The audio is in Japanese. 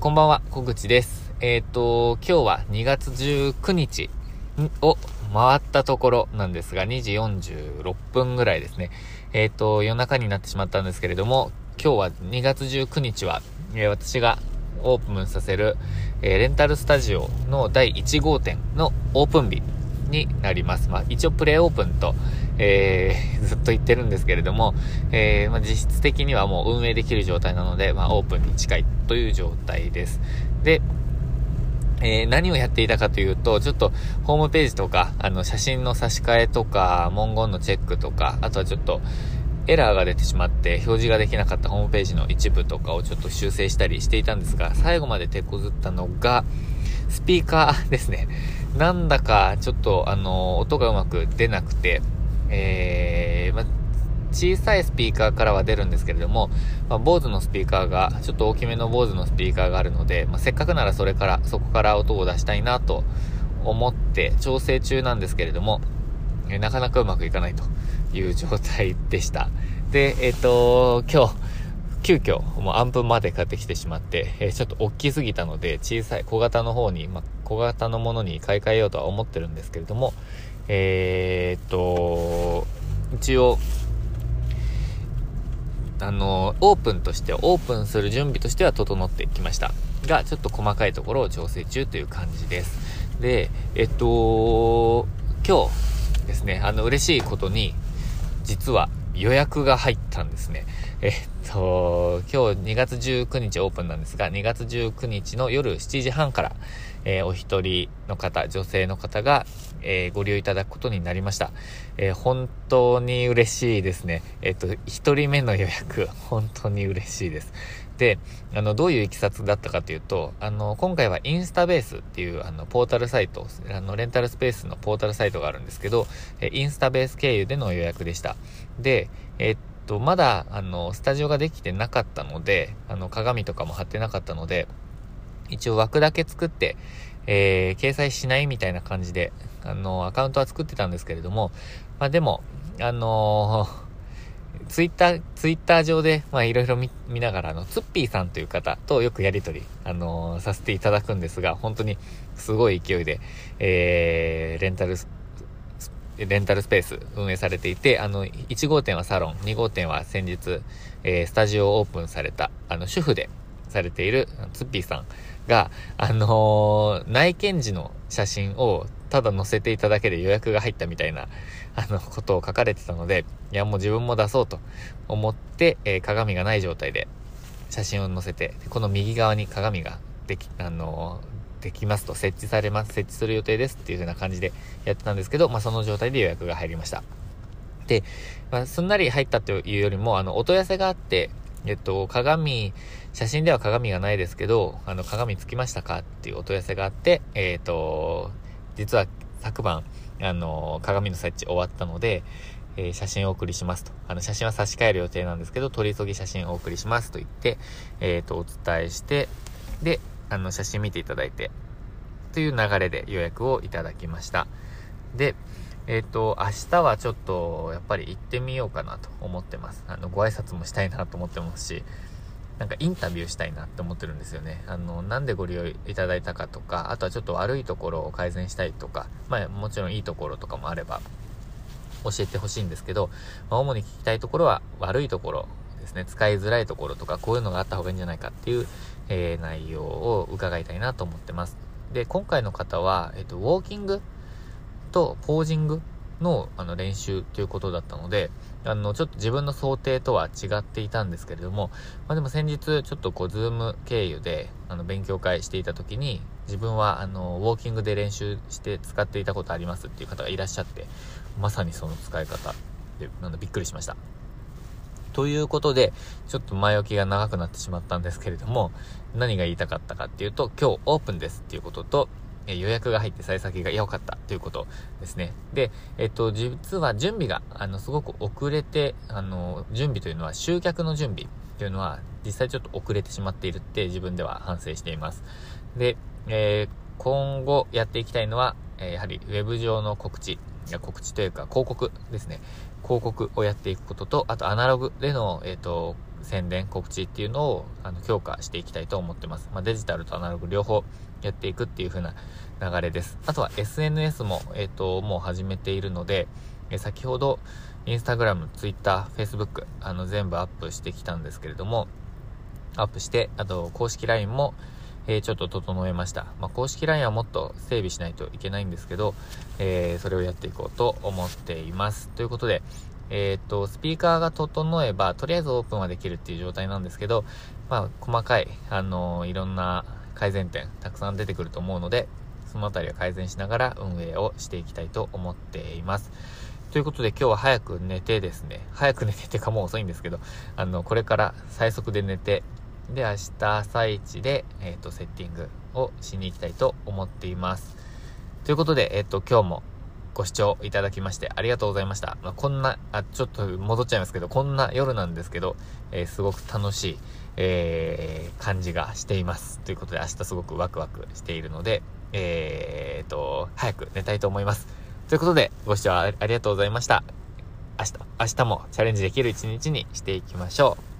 こんばんは、小口です。今日は2月19日を回ったところなんですが、2時46分ぐらいですね。夜中になってしまったんですけれども、今日は2月19日は、私がオープンさせる、レンタルスタジオの第1号店のオープン日になります。一応プレオープンと、ずっと言ってるんですけれども、実質的にはもう運営できる状態なので、オープンに近いという状態です。で、何をやっていたかというと、ちょっとホームページとか、写真の差し替えとか、文言のチェックとか、あとはちょっとエラーが出てしまって表示ができなかったホームページの一部とかをちょっと修正したりしていたんですが、最後まで手こずったのがスピーカーですね。なんだかちょっと音がうまく出なくて、小さいスピーカーからは出るんですけれども、BOSEのスピーカーがちょっと大きめの BOSEのスピーカーがあるので、せっかくならそこから音を出したいなと思って調整中なんですけれども、なかなかうまくいかないという状態でした。で、今日急遽もうアンプまで買ってきてしまって、ちょっと大きすぎたので小さい小型の方に、小型のものに買い替えようとは思ってるんですけれども、一応オープンする準備としては整ってきましたが、ちょっと細かいところを調整中という感じです。で、今日ですね、嬉しいことに実は予約が入ったんですね。今日2月19日オープンなんですが、2月19日の夜7時半から、お一人の方、女性の方が、ご利用いただくことになりました。本当に嬉しいですね。一人目の予約、本当に嬉しいです。で、どういういきさつだったかというと、今回はインスタベースっていうポータルサイト、レンタルスペースのポータルサイトがあるんですけど、インスタベース経由での予約でした。で、まだスタジオができてなかったので、鏡とかも貼ってなかったので、一応枠だけ作って、掲載しないみたいな感じでアカウントは作ってたんですけれども、でもツイッター上でいろいろ見ながらツッピーさんという方とよくやり取りさせていただくんですが、本当にすごい勢いで、レンタルスペース運営されていて、1号店はサロン、2号店は先日、スタジオをオープンされた主婦でされているツッピーさんが内見時の写真をただ載せていただけで予約が入ったみたいなことを書かれてたので、いやもう自分も出そうと思って、鏡がない状態で写真を載せて、この右側に鏡ができますと、設置する予定ですっていう風な感じでやってたんですけど、その状態で予約が入りました。で、すんなり入ったというよりもお問い合わせがあって、写真では鏡がないですけど、鏡つきましたかっていうお問い合わせがあって、実は昨晩、鏡の設置終わったので、写真をお送りしますと。写真は差し替える予定なんですけど、取り急ぎ写真をお送りしますと言って、お伝えして、で、写真見ていただいて、という流れで予約をいただきました。で、明日はちょっとやっぱり行ってみようかなと思ってます。ご挨拶もしたいなと思ってますし、なんかインタビューしたいなって思ってるんですよね。なんでご利用いただいたかとか、あとはちょっと悪いところを改善したいとか、もちろんいいところとかもあれば教えてほしいんですけど、主に聞きたいところは悪いところですね。使いづらいところとか、こういうのがあった方がいいんじゃないかっていう、内容を伺いたいなと思ってます。で、今回の方は、ウォーキングとポージングの練習ということだったので、ちょっと自分の想定とは違っていたんですけれども、でも先日ちょっとズーム経由で勉強会していた時に、自分はウォーキングで練習して使っていたことありますっていう方がいらっしゃって、まさにその使い方でびっくりしました。ということで、ちょっと前置きが長くなってしまったんですけれども、何が言いたかったかっていうと、今日オープンですっていうことと、予約が入って幸先が良かったということですね。で、実は準備がすごく遅れて、準備というのは集客の準備というのは実際ちょっと遅れてしまっているって自分では反省しています。で、今後やっていきたいのは、やはりウェブ上の告知というか広告ですね。広告をやっていくことと、あとアナログでの宣伝告知っていうのを強化していきたいと思ってます。デジタルとアナログ両方やっていくっていう風な流れです。あとは SNS ももう始めているので、先ほどインスタグラム、ツイッター、フェイスブック全部アップしてきたんですけれども、アップして、あと公式 LINE もちょっと整えました。公式 LINE はもっと整備しないといけないんですけど、それをやっていこうと思っています。ということで、スピーカーが整えば、とりあえずオープンはできるっていう状態なんですけど、細かい、いろんな改善点、たくさん出てくると思うので、そのあたりは改善しながら運営をしていきたいと思っています。ということで今日は早く寝てですね、ってかもう遅いんですけど、これから最速で寝て、で、明日朝一で、セッティングをしに行きたいと思っています。ということで、今日もご視聴いただきましてありがとうございました。こんな、ちょっと戻っちゃいますけど、こんな夜なんですけど、すごく楽しい、感じがしています。ということで、明日すごくワクワクしているので、早く寝たいと思います。ということで、ご視聴ありがとうございました。明日もチャレンジできる一日にしていきましょう。